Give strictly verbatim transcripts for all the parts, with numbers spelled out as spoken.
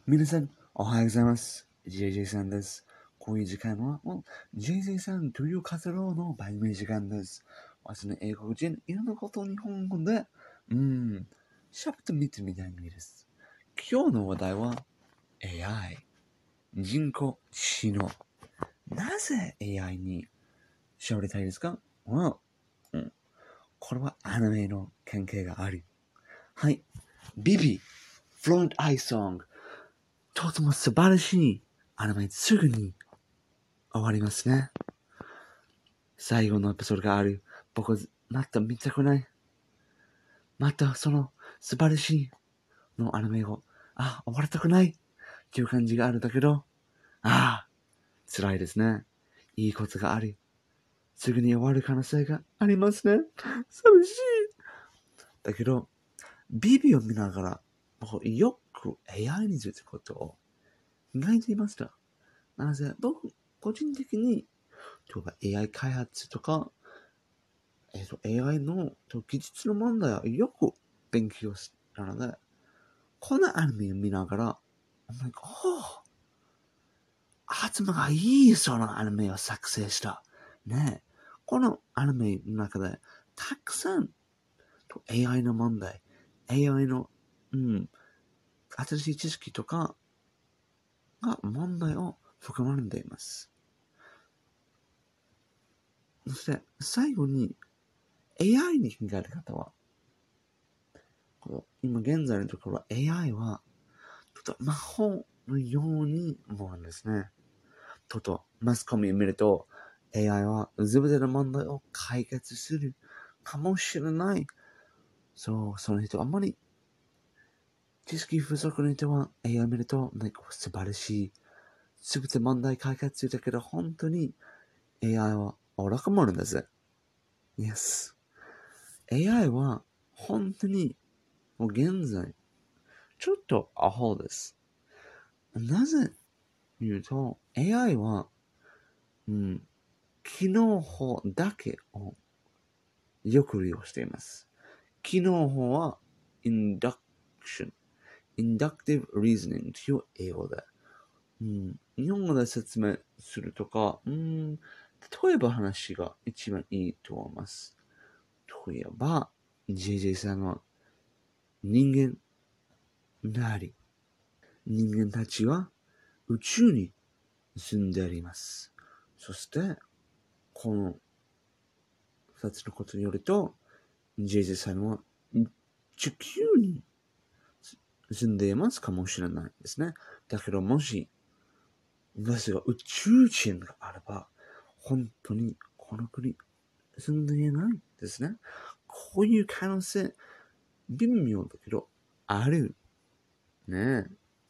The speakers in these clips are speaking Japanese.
皆さん、おはようございます。ジェイジェイ さんです。こういう時間は、もう ジェイジェイ さんという活動の番組時間です。私の英語人、いろんなことを日本語で、うーん、喋ってみてみたいです。今日の話題は エーアイ、人工知能。なぜ エーアイ に喋りたいですか？well、うん、これはアニメの関係があり。はい。ビビ、フロントアイソング。とても素晴らしいアニメすぐに終わりますね。最後のエピソードがある。僕はまた見たくない。またその素晴らしいのアニメを、あ、終わりたくないっていう感じがあるんだけど、ああ、辛いですね。いいことがあり、すぐに終わる可能性がありますね。寂しい。だけど、ビビを見ながら、僕よく エーアイ についてことを考えていました。なぜ、僕、個人的に、例えば エーアイ 開発とか、えっと、エーアイ の技術の問題をよく勉強したので、このアニメを見ながら、I'm like, おぉ、頭がいいそのアニメを作成した。ねえ。このアニメの中で、たくさん エーアイ の問題、エーアイ の、うん、新しい知識とかが問題を含まれています。そして、最後に、エーアイ に考える方は、今現在のところ エーアイ は、ちょっと魔法のように思うんですね。ちょっとマスコミを見ると、エーアイ は全ての問題を解決するかもしれない。そう、その人、あんまり知識不足の人は エーアイ 見ると、なんか素晴らしい。全て問題解決だけど、本当に エーアイ は愚か者だぜ。Yes。エーアイ は本当にもう現在、ちょっとアホです。なぜ言うと、エーアイ は、うん、機能法だけをよく利用しています。機能法は induction、inductive reasoning という英語で、うん、日本語で説明するとか、うん、例えば話が一番いいと思います。例えば、ジェイジェイ さんは人間であり、人間たちは宇宙に住んであります。そして、この二つのことによると、ジェイジェイ さんは地球に住んでいますかもしれないですね。だけどもし、私が宇宙人があれば、本当にこの国住んでいないですね。こういう可能性、微妙だけど、ある。ね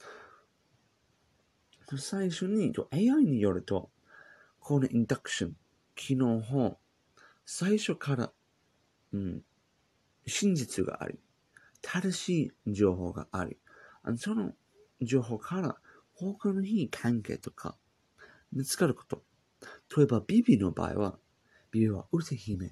え。最初に エーアイ によると、このインダクション、機能法、最初から、うん、真実があり、正しい情報があり、その情報から他のいい関係とか見つかること。例えばビビの場合は、ビビは歌姫。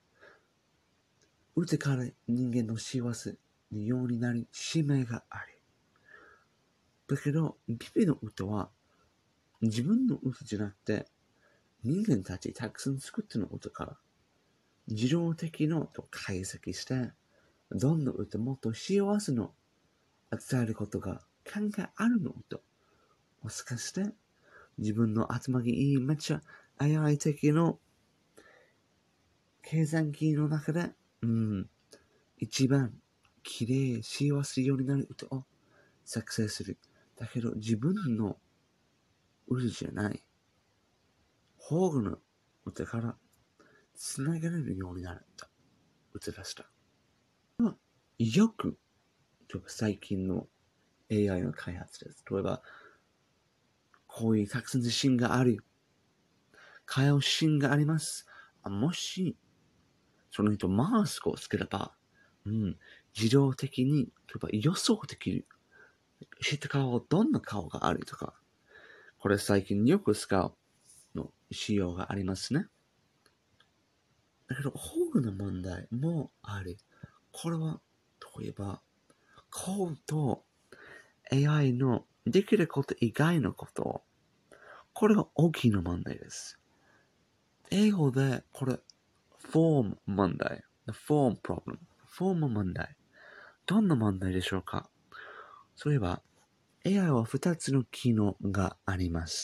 歌から人間の幸せのようになり、使命があり。だけど、ビビの歌は自分の歌じゃなくて、人間たちたくさん作っての歌から、自動的のと解析して、どんな歌もっと幸せの伝えることが考えあるのと、もしかして自分の頭がいいめっちゃ エーアイ 的の計算機の中で、うん、一番綺麗、幸せようになる歌を作成する。だけど自分の歌じゃない、方言の歌から繋がれるようになると歌出した。よく、最近の エーアイ の開発です。例えば、こういうたくさん自信がある。会話心があります。もし、その人マスクをつければ、うん、自動的に、例えば予想できる。知った顔、どんな顔があるとか、これ最近よく使うの仕様がありますね。だけど、保護の問題もある。これは、例えば、コードと エーアイ のできること以外のことを、これが大きな問題です。英語でこれ、フォーム問題。The form problem. フォーム問題。どんな問題でしょうか？そういえば、エーアイ はふたつの機能があります。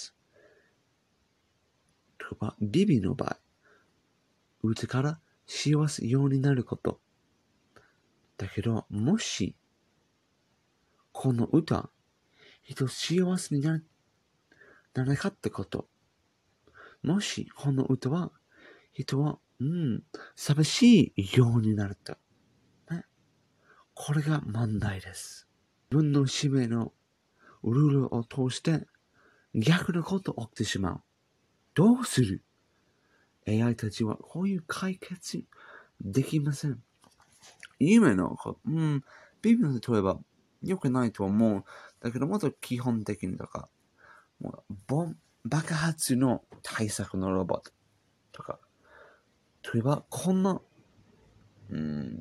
例えば、ビビの場合、歌から幸せようになること。だけど、もし、この歌、人幸せにならなかったこと。もし、この歌は、人は、うん、寂しいようになると。ね、これが問題です。自分の使命のルールを通して、逆のこと起きてしまう。どうする？ エーアイ たちはこういう解決できません。夢のこと、うん、ビビの例えば良くないと思う。だけどもっと基本的にとか、もうボン爆発の対策のロボットとか、例えばこんな、うん、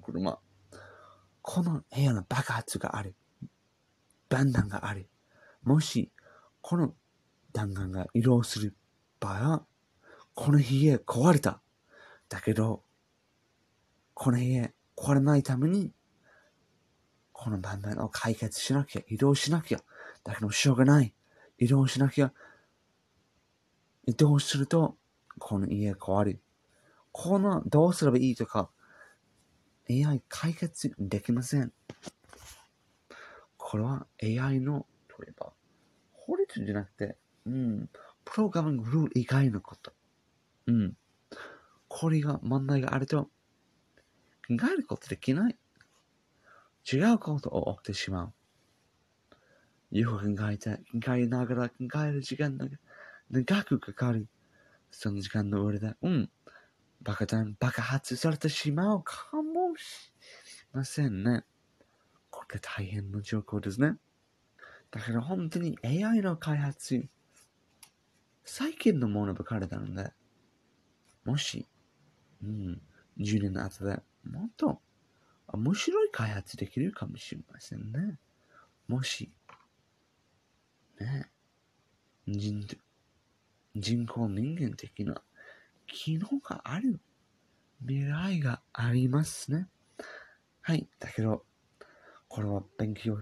車、この部屋の爆発がある。弾丸がある。もし、この弾丸が移動する場合は、この家壊れた。だけど、この家壊れないために、この弾丸を解決しなきゃ、移動しなきゃ。だけど、しょうがない。移動しなきゃ。移動すると、この家壊れる。この、どうすればいいとか、エーアイ 解決できません。これは エーアイ の、例えば、法律じゃなくて、うん、プログラミングルール以外のこと。うん。これが問題があると、考えることできない。違うことを起きてしまう。よく考えて、考えながら考える時間が長くかかる。その時間の上で、うん、爆弾、爆発されてしまうかもしれませんね。これ大変な状況ですね。だから本当に エーアイ の開発、最近のものばかりなので、もし、うん、じゅうねんの後でもっと面白い開発できるかもしれませんね。もし、ね、人、人工人間的な機能がある未来がありますね。はい。だけど、これは勉強。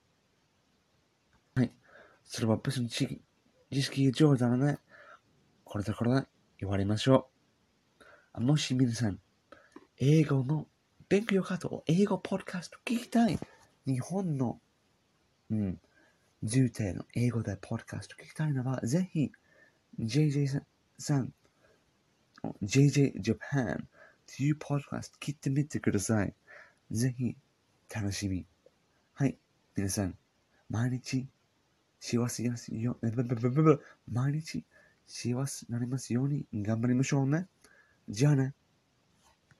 はい。それは別に知識上手なので、これだからで言われましょう。もし皆さん、英語の勉強方を英語ポッドキャスト聞きたい。日本の、うん、重点の英語でポッドキャスト聞きたいのは、ぜひ、ジェイジェイ さん、ジェイジェイ Japan というポッドキャスト聞いてみてください。ぜひ、楽しみ。はい。皆さん、毎日、幸せやすよ、毎日、幸せになりますように頑張りましょうね。じゃあね。